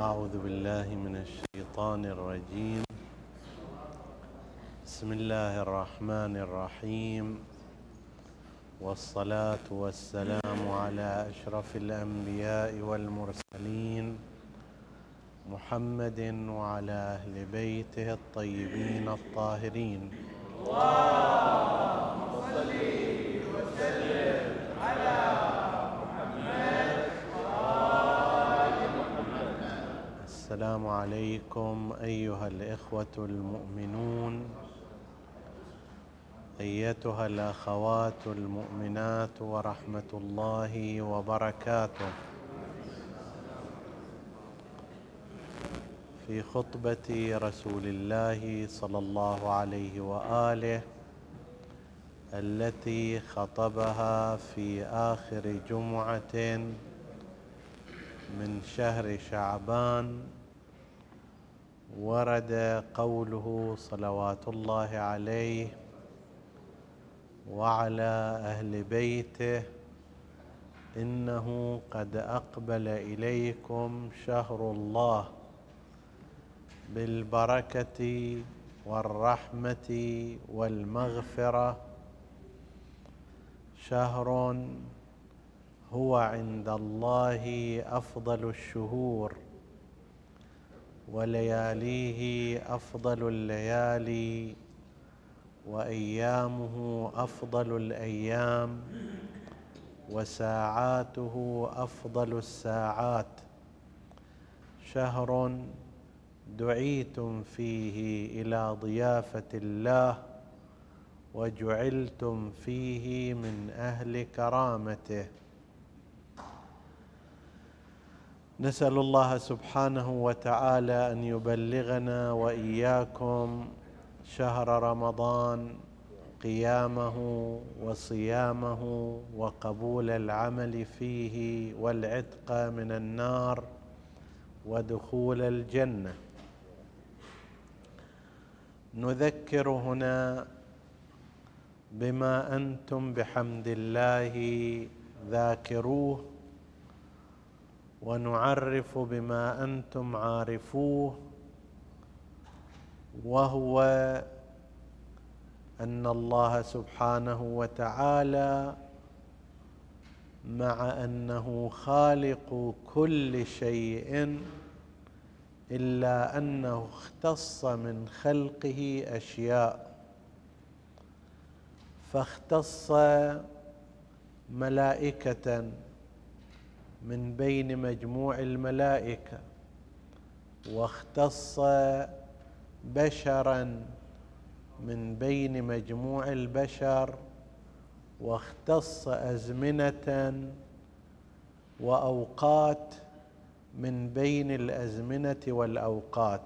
أعوذ بالله من الشيطان الرجيم. بسم الله الرحمن الرحيم، والصلاة والسلام على أشرف الأنبياء والمرسلين محمد وعلى أهل بيته الطيبين الطاهرين. اللهم صل وسلم على محمد وآل محمد. السلام عليكم أيها الإخوة المؤمنون، أيتها الأخوات المؤمنات، ورحمة الله وبركاته. في خطبة رسول الله صلى الله عليه وآله التي خطبها في آخر جمعة من شهر شعبان، ورد قوله صلوات الله عليه وعلى أهل بيته: إنه قد أقبل إليكم شهر الله بالبركة والرحمة والمغفرة، شهر هو عند الله أفضل الشهور، ولياليه أفضل الليالي، وأيامه أفضل الأيام، وساعاته أفضل الساعات، شهر دعيتم فيه إلى ضيافة الله، وجعلتم فيه من أهل كرامته. نسأل الله سبحانه وتعالى أن يبلغنا وإياكم شهر رمضان، قيامه وصيامه وقبول العمل فيه والعتق من النار ودخول الجنة. نذكر هنا بما أنتم بحمد الله ذاكروه، ونعرف بما أنتم عارفوه، وهو أن الله سبحانه وتعالى مع أنه خالق كل شيء، إلا أنه اختص من خلقه أشياء، فاختص ملائكة من بين مجموع الملائكة، واختص بشرا من بين مجموع البشر، واختص أزمنة وأوقات من بين الأزمنة والأوقات.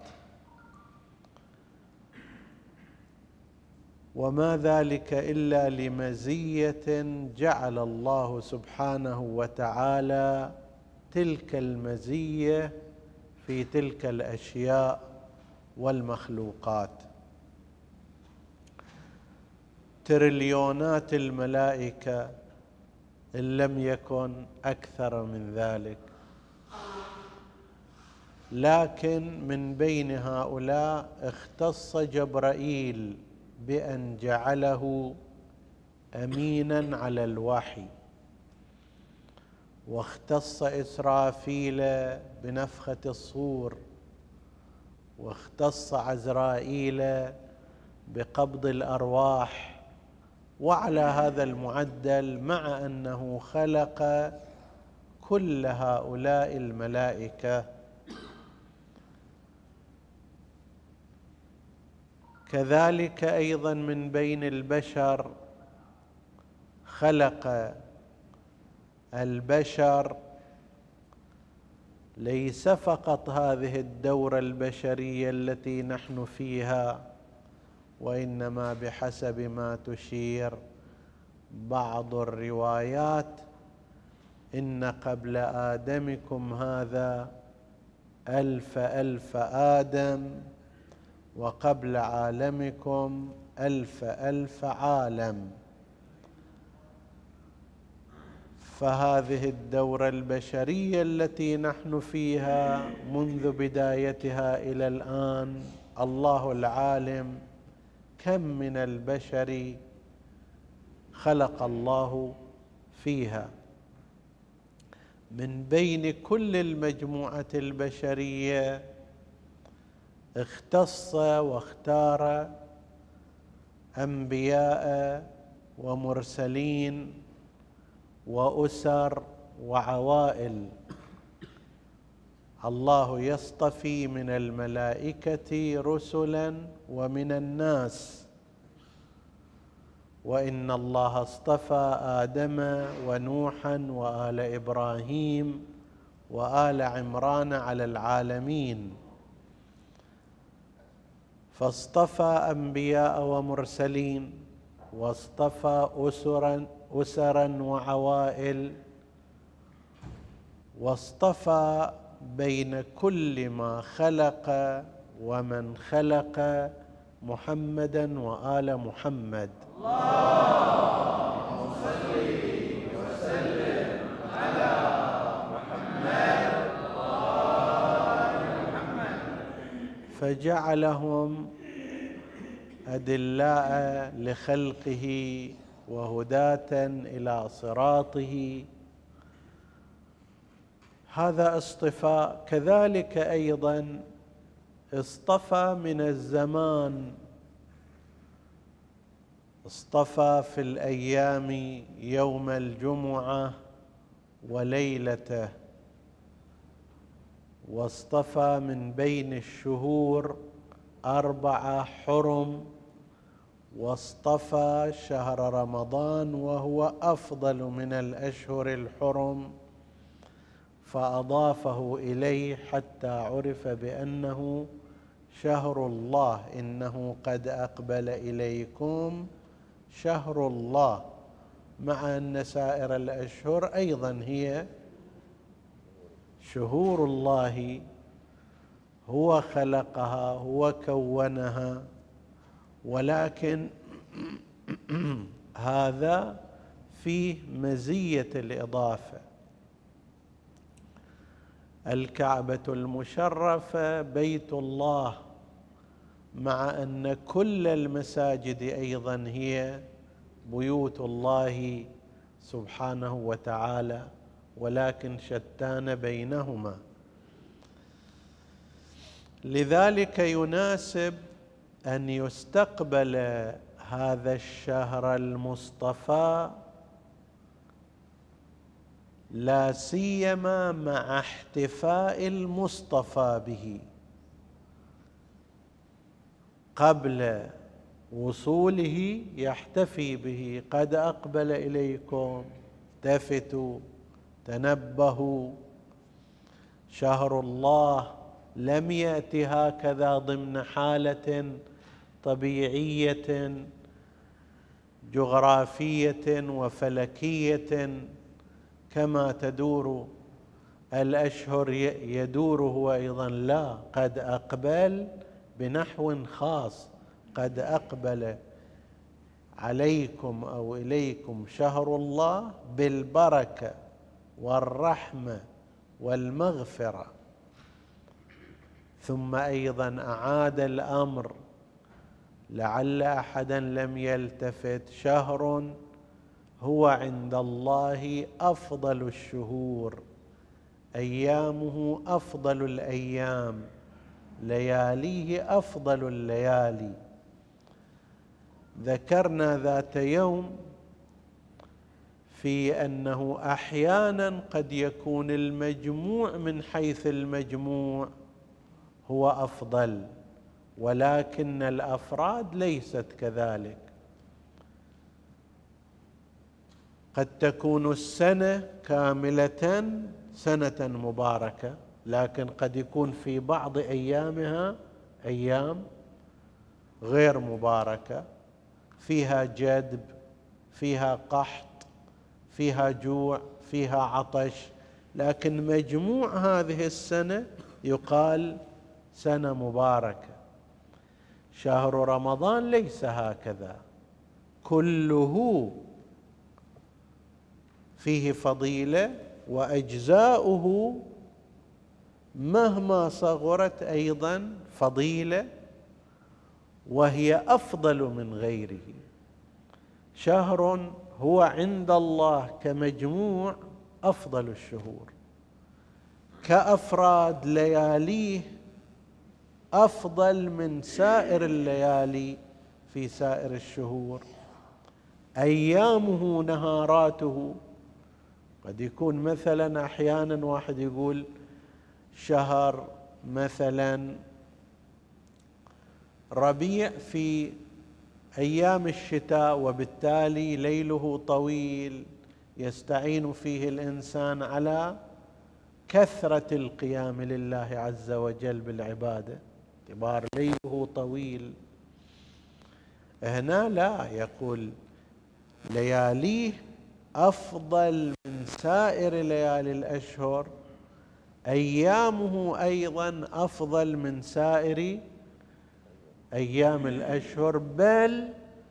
وما ذلك إلا لمزية جعل الله سبحانه وتعالى تلك المزية في تلك الأشياء والمخلوقات. تريليونات الملائكة إن لم يكن أكثر من ذلك، لكن من بين هؤلاء اختص جبرائيل بأن جعله أمينا على الوحي، واختص إسرافيل بنفخة الصور، واختص عزرائيل بقبض الأرواح. وعلى هذا المعدل، مع أنه خلق كل هؤلاء الملائكة، كذلك أيضا من بين البشر خلق البشر ليس فقط هذه الدورة البشرية التي نحن فيها، وإنما بحسب ما تشير بعض الروايات إن قبل آدمكم هذا 1000 آدم، وقبل عالمكم 1000 عالم. فهذه الدورة البشرية التي نحن فيها منذ بدايتها إلى الآن الله العالم كم من البشر خلق الله فيها. من بين كل المجموعة البشرية اختص واختار أنبياء ومرسلين وأسر وعوائل. الله يصطفي من الملائكة رسلا ومن الناس، وإن الله اصطفى آدم ونوحا وآل إبراهيم وآل عمران على العالمين، فاصطفى أنبياء ومرسلين، واصطفى أسرا وعوائل، واصطفى بين كل ما خلق ومن خلق محمدا وآل محمد. اللهم صل وسلم على محمد وآل محمد. فجعلهم أدلاء لخلقه وهداة إلى صراطه. هذا اصطفاء. كذلك أيضا اصطفى من الزمان، اصطفى في الأيام يوم الجمعة وليلته، واصطفى من بين الشهور 4 حرم، واصطفى شهر رمضان وهو أفضل من الأشهر الحرم، فأضافه إليه حتى عرف بأنه شهر الله. إنه قد أقبل إليكم شهر الله، مع أن سائر الأشهر أيضا هي شهور الله، هو خلقها هو كونها، ولكن هذا فيه مزية الإضافة. الكعبة المشرفة بيت الله، مع أن كل المساجد أيضا هي بيوت الله سبحانه وتعالى، ولكن شتان بينهما. لذلك يناسب أن يستقبل هذا الشهر المصطفى لا سيما مع احتفاء المصطفى به قبل وصوله، يحتفي به: قد أقبل إليكم، التفتوا، تنبهوا، شهر الله لم يأت هكذا ضمن حالة طبيعية جغرافية وفلكية كما تدور الأشهر يدور هو أيضا. لا، قد أقبل بنحو خاص. قد أقبل عليكم أو إليكم شهر الله بالبركة والرحمة والمغفرة. ثم أيضا أعاد الأمر لعل أحدا لم يلتفت: شهر هو عند الله أفضل الشهور، أيامه أفضل الأيام، لياليه أفضل الليالي. ذكرنا ذات يوم في أنه أحيانا قد يكون المجموع من حيث المجموع هو أفضل، ولكن الأفراد ليست كذلك. قد تكون السنة كاملة سنة مباركة، لكن قد يكون في بعض أيامها أيام غير مباركة، فيها جدب، فيها قحط، فيها جوع، فيها عطش، لكن مجموع هذه السنة يقال سنة مباركة. شهر رمضان ليس هكذا، كله فيه فضيلة، وأجزاؤه مهما صغرت أيضا فضيلة، وهي أفضل من غيره. شهر هو عند الله كمجموع أفضل الشهور، كأفراد لياليه أفضل من سائر الليالي في سائر الشهور. أيامه نهاراته، قد يكون مثلا أحيانا واحد يقول شهر مثلا ربيع في أيام الشتاء، وبالتالي ليله طويل يستعين فيه الإنسان على كثرة القيام لله عز وجل بالعبادة باعتبار ليله طويل. هنا لا، يقول لياليه أفضل من سائر ليالي الأشهر، أيامه أيضا أفضل من سائر أيام الأشهر، بل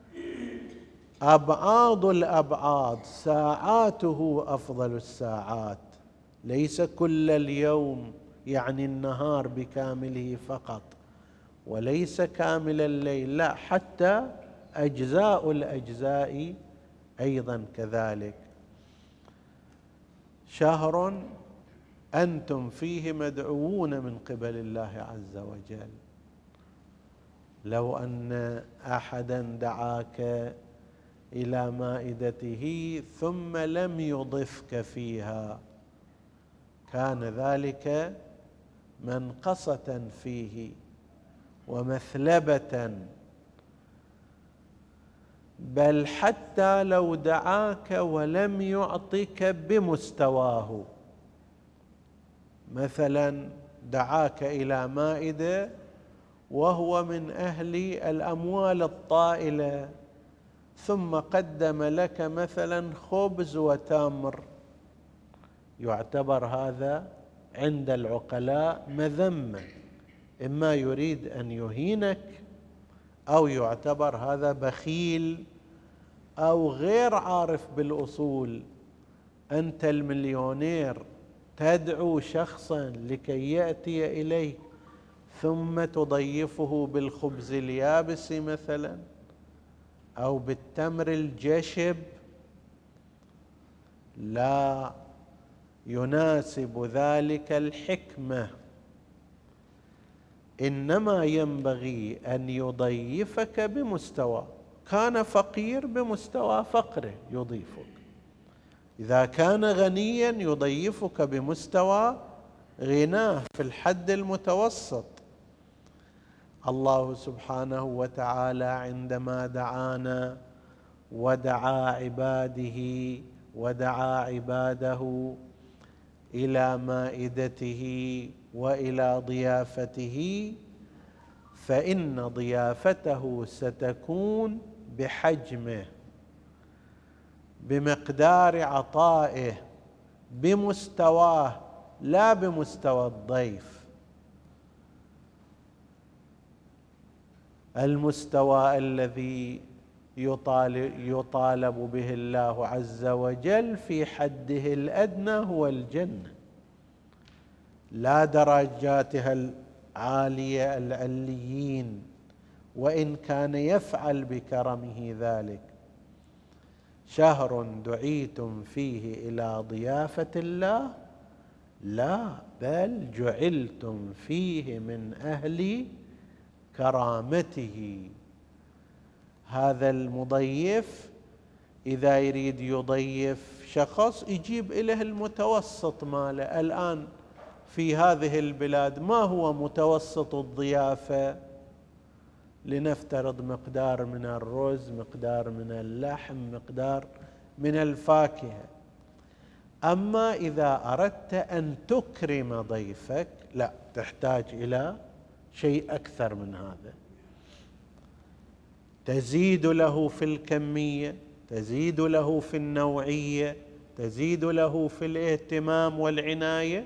أبعاض الأبعاض، ساعاته أفضل الساعات، ليس كل اليوم يعني النهار بكامله فقط، وليس كامل الليل، لا، حتى أجزاء الأجزاء أيضا كذلك. شهر أنتم فيه مدعوون من قبل الله عز وجل. لو أن أحدا دعاك إلى مائدته ثم لم يضفك فيها كان ذلك منقصة فيه ومثلبة، بل حتى لو دعاك ولم يعطك بمستواه، مثلا دعاك إلى مائدة وهو من أهل الأموال الطائلة، ثم قدم لك مثلا خبز وتمر، يعتبر هذا عند العقلاء مذمة، إما يريد أن يهينك، أو يعتبر هذا بخيل أو غير عارف بالأصول. أنت المليونير تدعو شخصا لكي يأتي إليك ثم تضيفه بالخبز اليابس مثلا أو بالتمر الجشب، لا يناسب ذلك الحكمة. إنما ينبغي أن يضيفك بمستوى، كان فقير بمستوى فقره يضيفك، إذا كان غنيا يضيفك بمستوى غناه في الحد المتوسط. الله سبحانه وتعالى عندما دعانا ودعا عباده إلى مائدته وإلى ضيافته، فإن ضيافته ستكون بحجمه، بمقدار عطائه، بمستواه، لا بمستوى الضيف. المستوى الذي يطالب به الله عز وجل في حده الأدنى هو الجنة، لا درجاتها العالية العليين، وإن كان يفعل بكرمه ذلك. شهر دعيتم فيه إلى ضيافة الله، لا، بل جعلتم فيه من أهل كرامته. هذا المضيف إذا يريد يضيف شخص يجيب إليه المتوسط ماله. الآن في هذه البلاد ما هو متوسط الضيافة؟ لنفترض مقدار من الرز، مقدار من اللحم، مقدار من الفاكهة. أما إذا أردت أن تكرم ضيفك لا، تحتاج إلى شيء أكثر من هذا، تزيد له في الكمية، تزيد له في النوعية، تزيد له في الاهتمام والعناية.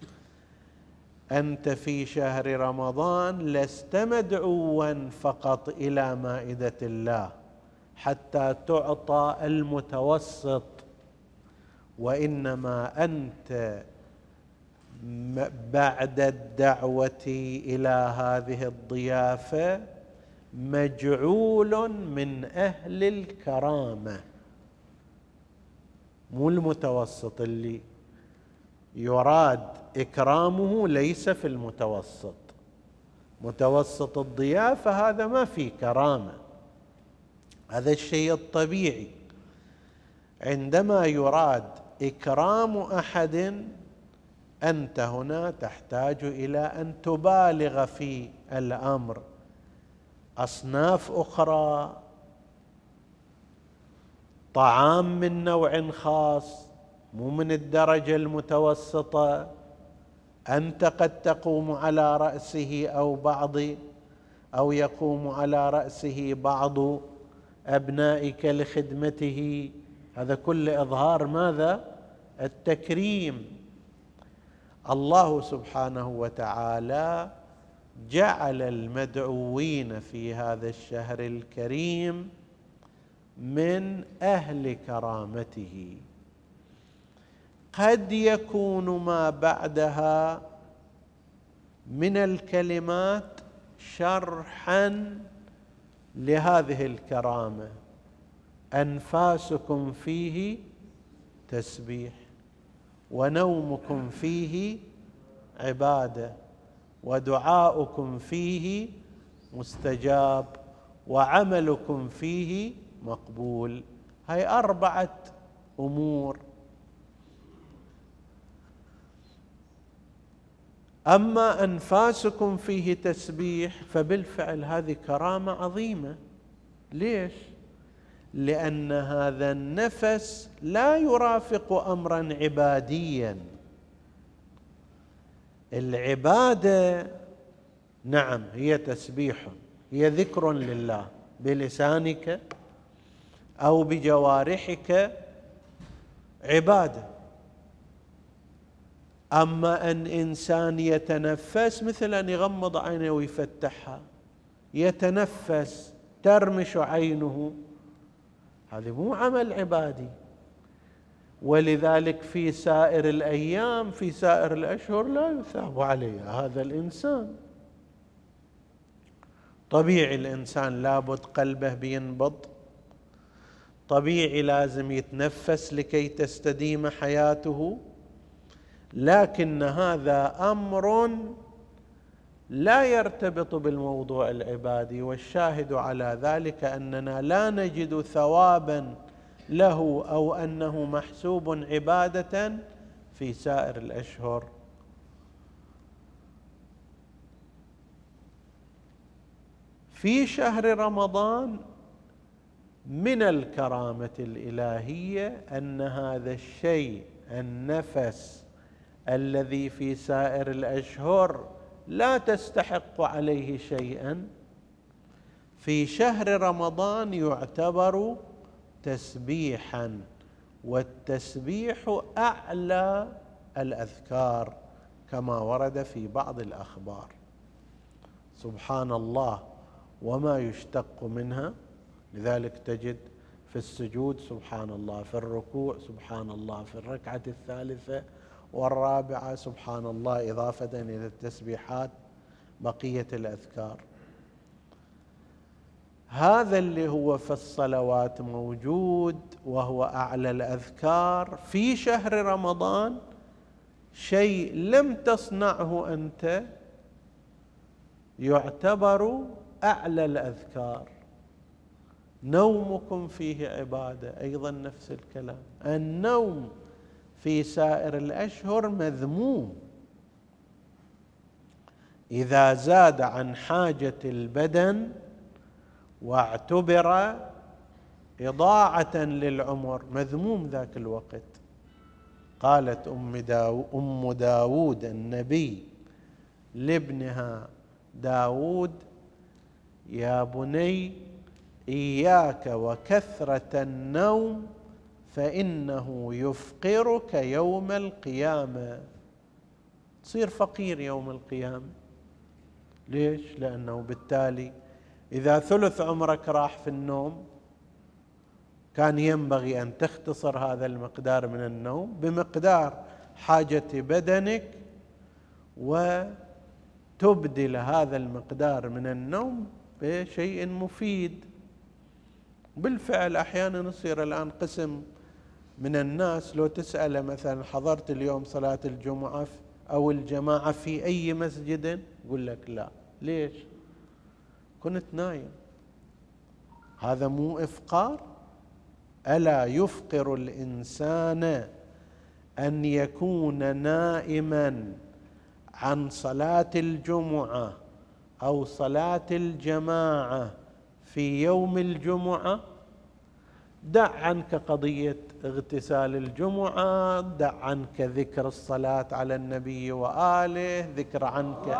أنت في شهر رمضان لست مدعوا فقط إلى مائدة الله حتى تعطى المتوسط، وإنما أنت بعد الدعوة إلى هذه الضيافة مجعول من أهل الكرامة، مو المتوسط اللي يراد إكرامه ليس في المتوسط. متوسط الضيافة هذا ما فيه كرامة، هذا الشيء الطبيعي. عندما يراد إكرام أحد أنت هنا تحتاج إلى أن تبالغ في الأمر. أصناف أخرى، طعام من نوع خاص مو من الدرجة المتوسطة، أنت قد تقوم على رأسه أو يقوم على رأسه بعض أبنائك لخدمته، هذا كل إظهار ماذا؟ التكريم. الله سبحانه وتعالى جعل المدعوين في هذا الشهر الكريم من أهل كرامته. قد يكون ما بعدها من الكلمات شرحا لهذه الكرامة. أنفاسكم فيه تسبيح، ونومكم فيه عبادة، ودعاؤكم فيه مستجاب، وعملكم فيه مقبول. هاي 4 أمور. أما أنفاسكم فيه تسبيح فبالفعل هذه كرامة عظيمة. ليش؟ لأن هذا النفس لا يرافق أمرا عباديا. العبادة نعم هي تسبيح، هي ذكر لله بلسانك أو بجوارحك، عبادة. أما أن إنسان يتنفس مثل أن يغمض عينه ويفتحها، يتنفس ترمش عينه، هذا مو عمل عبادي. ولذلك في سائر الأيام في سائر الأشهر لا يثاب عليه هذا الإنسان. طبيعي الإنسان لابد قلبه بينبض، طبيعي لازم يتنفس لكي تستديم حياته، لكن هذا أمر لا يرتبط بالموضوع العبادي. والشاهد على ذلك أننا لا نجد ثوابا له أو أنه محسوب عبادة في سائر الأشهر. في شهر رمضان من الكرامة الإلهية أن هذا الشيء، النفس الذي في سائر الأشهر لا تستحق عليه شيئا، في شهر رمضان يعتبر تسبيحا، والتسبيح أعلى الأذكار كما ورد في بعض الأخبار. سبحان الله وما يشتق منها، لذلك تجد في السجود سبحان الله، في الركوع سبحان الله، في الركعة الثالثة والرابعة سبحان الله، إضافة إلى التسبيحات بقية الأذكار. هذا اللي هو في الصلوات موجود وهو أعلى الأذكار في شهر رمضان، شيء لم تصنعه أنت يعتبر أعلى الأذكار. نومكم فيه عبادة، أيضا نفس الكلام. النوم في سائر الأشهر مذموم، إذا زاد عن حاجة البدن واعتبر إضاعة للعمر مذموم ذاك الوقت. قالت أم داود النبي لابنها داود: يا بني إياك وكثرة النوم فإنه يفقرك يوم القيامة. تصير فقير يوم القيامة. ليش؟ لأنه بالتالي إذا ثلث عمرك راح في النوم كان ينبغي أن تختصر هذا المقدار من النوم بمقدار حاجة بدنك وتبدل هذا المقدار من النوم بشيء مفيد. بالفعل أحيانا يصير الآن قسم من الناس لو تسأله مثلا حضرت اليوم صلاة الجمعة أو الجماعة في أي مسجد، يقول لك لا. ليش؟ كنت نايم. هذا مو إفقار؟ ألا يفقر الإنسان أن يكون نائما عن صلاة الجمعة أو صلاة الجماعة في يوم الجمعة؟ دع عنك قضية اغتسال الجمعة، دع عنك ذكر الصلاة على النبي وآله، ذكر عنك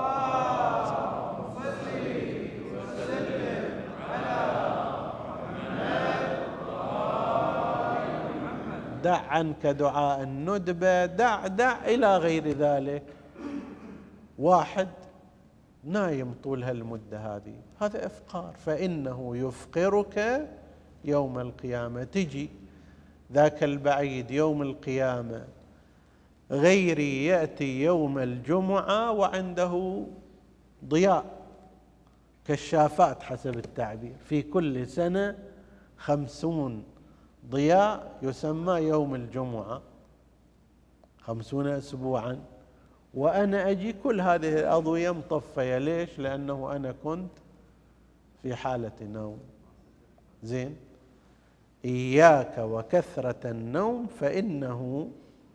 دع عنك دعاء الندبة، دع إلى غير ذلك. واحد نايم طول هالمدة هذه، هذا إفقار، فإنه يفقرك يوم القيامة. تجي ذاك البعيد يوم القيامة غيري يأتي يوم الجمعة وعنده ضياء كشافات حسب التعبير، في كل سنة 50 ضياء يسمى يوم الجمعة، 50 أسبوعا، وأنا أجي كل هذه الأضوية مطفية. ليش؟ لأنه أنا كنت في حالة نوم. زين، إياك وكثرة النوم فإنه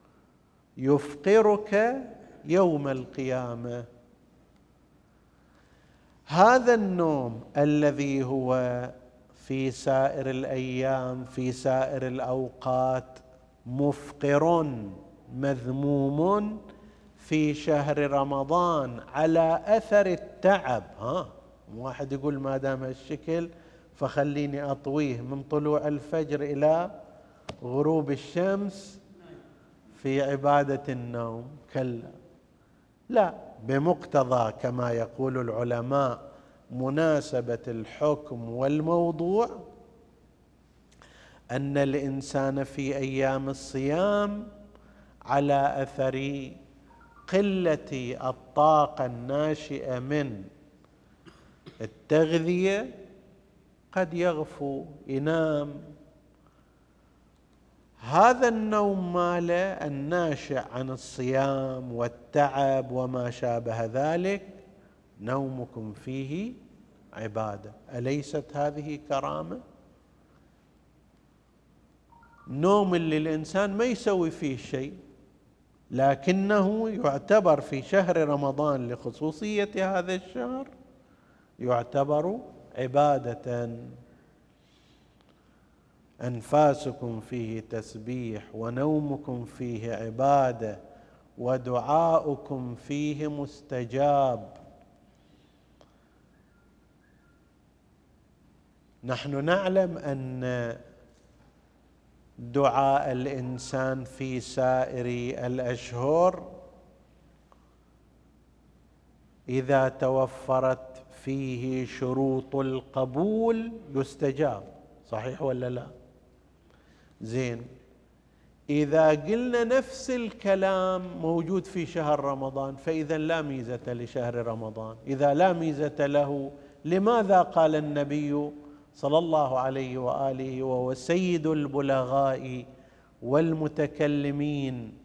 يفقرك يوم القيامة. هذا النوم الذي هو في سائر الأيام في سائر الأوقات مفقر مذموم، في شهر رمضان على أثر التعب. واحد يقول ما دام هالشكل فخليني أطويه من طلوع الفجر إلى غروب الشمس في عبادة النوم. كلا، لا، بمقتضى كما يقول العلماء مناسبة الحكم والموضوع أن الإنسان في أيام الصيام على أثر قلة الطاقة الناشئة من التغذية قد يغفو، ينام. هذا النوم ماله الناشئ عن الصيام والتعب وما شابه ذلك نومكم فيه عبادة. أليست هذه كرامة؟ نوم اللي الإنسان ما يسوي فيه شيء لكنه يعتبر في شهر رمضان لخصوصية هذا الشهر يعتبر عبادة. أنفاسكم فيه تسبيح ونومكم فيه عبادة ودعاؤكم فيه مستجاب. نحن نعلم أن دعاء الإنسان في سائر الأشهر إذا توفرت فيه شروط القبول يستجاب، صحيح ولا لا؟ زين، إذا قلنا نفس الكلام موجود في شهر رمضان فإذا لا ميزة لشهر رمضان. إذا لا ميزة له لماذا قال النبي صلى الله عليه وآله وهو سيد البلغاء والمتكلمين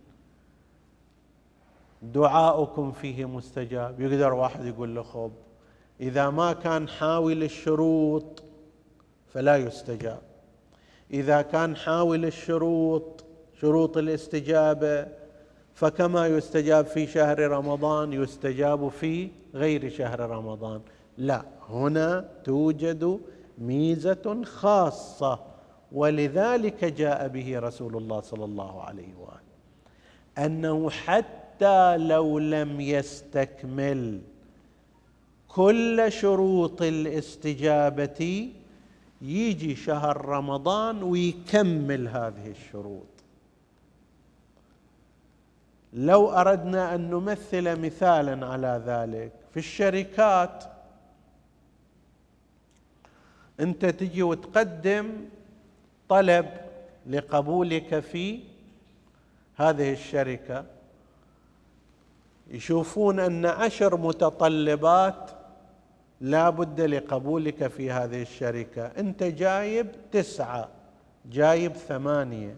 دعاؤكم فيه مستجاب؟ يقدر واحد يقول له خب إذا ما كان حاول الشروط فلا يستجاب، إذا كان حاول الشروط شروط الاستجابة فكما يستجاب في شهر رمضان يستجاب في غير شهر رمضان. لا، هنا توجد ميزة خاصة، ولذلك جاء به رسول الله صلى الله عليه وآله أنه حتى لو لم يستكمل كل شروط الاستجابة يجي شهر رمضان ويكمل هذه الشروط. لو أردنا أن نمثل مثالا على ذلك في طلب لقبولك في هذه الشركة، يشوفون أن 10 متطلبات لا بد لقبولك في هذه الشركة، أنت جايب 9، جايب 8،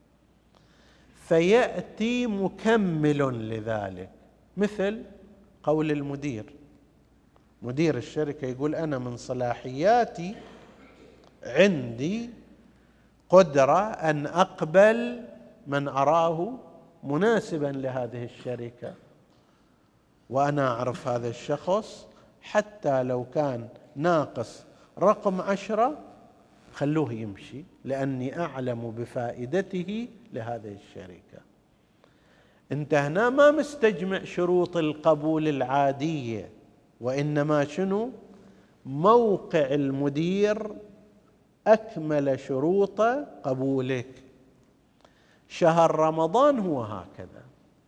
فيأتي مكمل لذلك، مثل قول المدير، مدير الشركة يقول أنا من صلاحياتي عندي قدرة أن أقبل من أراه مناسبا لهذه الشركة، وأنا أعرف هذا الشخص حتى لو كان ناقص رقم 10 خلوه يمشي، لأني أعلم بفائدته لهذه الشركة. أنت هنا ما مستجمع شروط القبول العادية، وإنما شنو؟ موقع المدير أكمل شروط قبولك. شهر رمضان هو هكذا،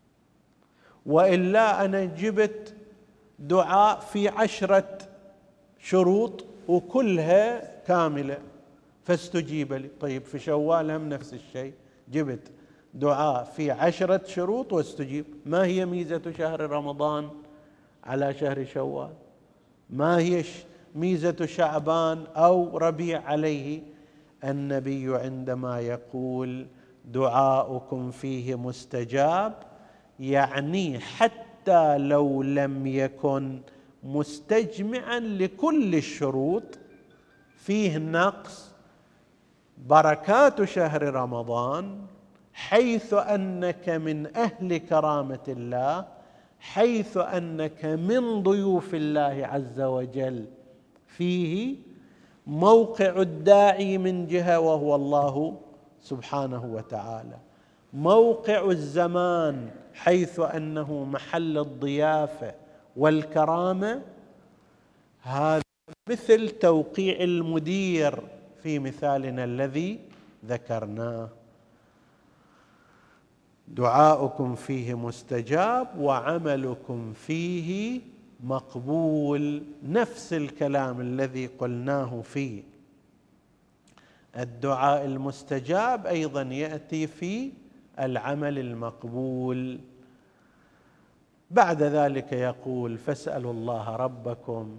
وإلا أنا جبت دعاء في 10 شروط وكلها كاملة فاستجيب لي. طيب في شوال هم نفس الشيء، جبت دعاء في 10 شروط واستجيب. ما هي ميزة شهر رمضان على شهر شوال؟ ما هي ميزة شعبان أو ربيع عليه؟ النبي عندما يقول دعاؤكم فيه مستجاب، يعني حتى لو لم يكن مستجمعا لكل الشروط، فيه نقص، بركات شهر رمضان حيث أنك من أهل كرامة الله، حيث أنك من ضيوف الله عز وجل، فيه موقع الداعي من جهة وهو الله سبحانه وتعالى، موقع الزمان حيث أنه محل الضيافة والكرامة. هذا مثل توقيع المدير في مثالنا الذي ذكرناه. دعاؤكم فيه مستجاب وعملكم فيه مقبول، نفس الكلام الذي قلناه في الدعاء المستجاب أيضا يأتي في العمل المقبول. بعد ذلك يقول فاسألوا الله ربكم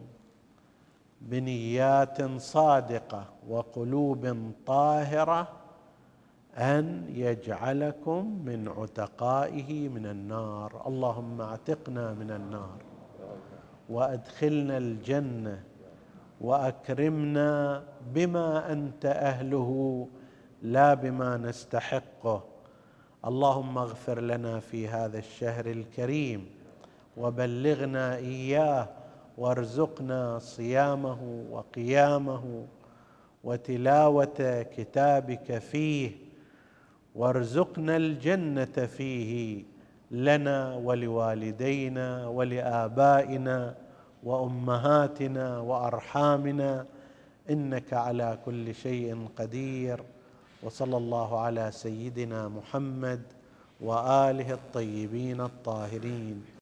بنيات صادقة وقلوب طاهرة أن يجعلكم من عتقائه من النار. اللهم اعتقنا من النار وأدخلنا الجنة وأكرمنا بما أنت أهله لا بما نستحقه. اللهم اغفر لنا في هذا الشهر الكريم وبلغنا إياه، وارزقنا صيامه وقيامه وتلاوة كتابك فيه، وارزقنا الجنة فيه لنا ولوالدينا ولآبائنا وأمهاتنا وأرحامنا، إنك على كل شيء قدير. وصلى الله على سيدنا محمد وآله الطيبين الطاهرين.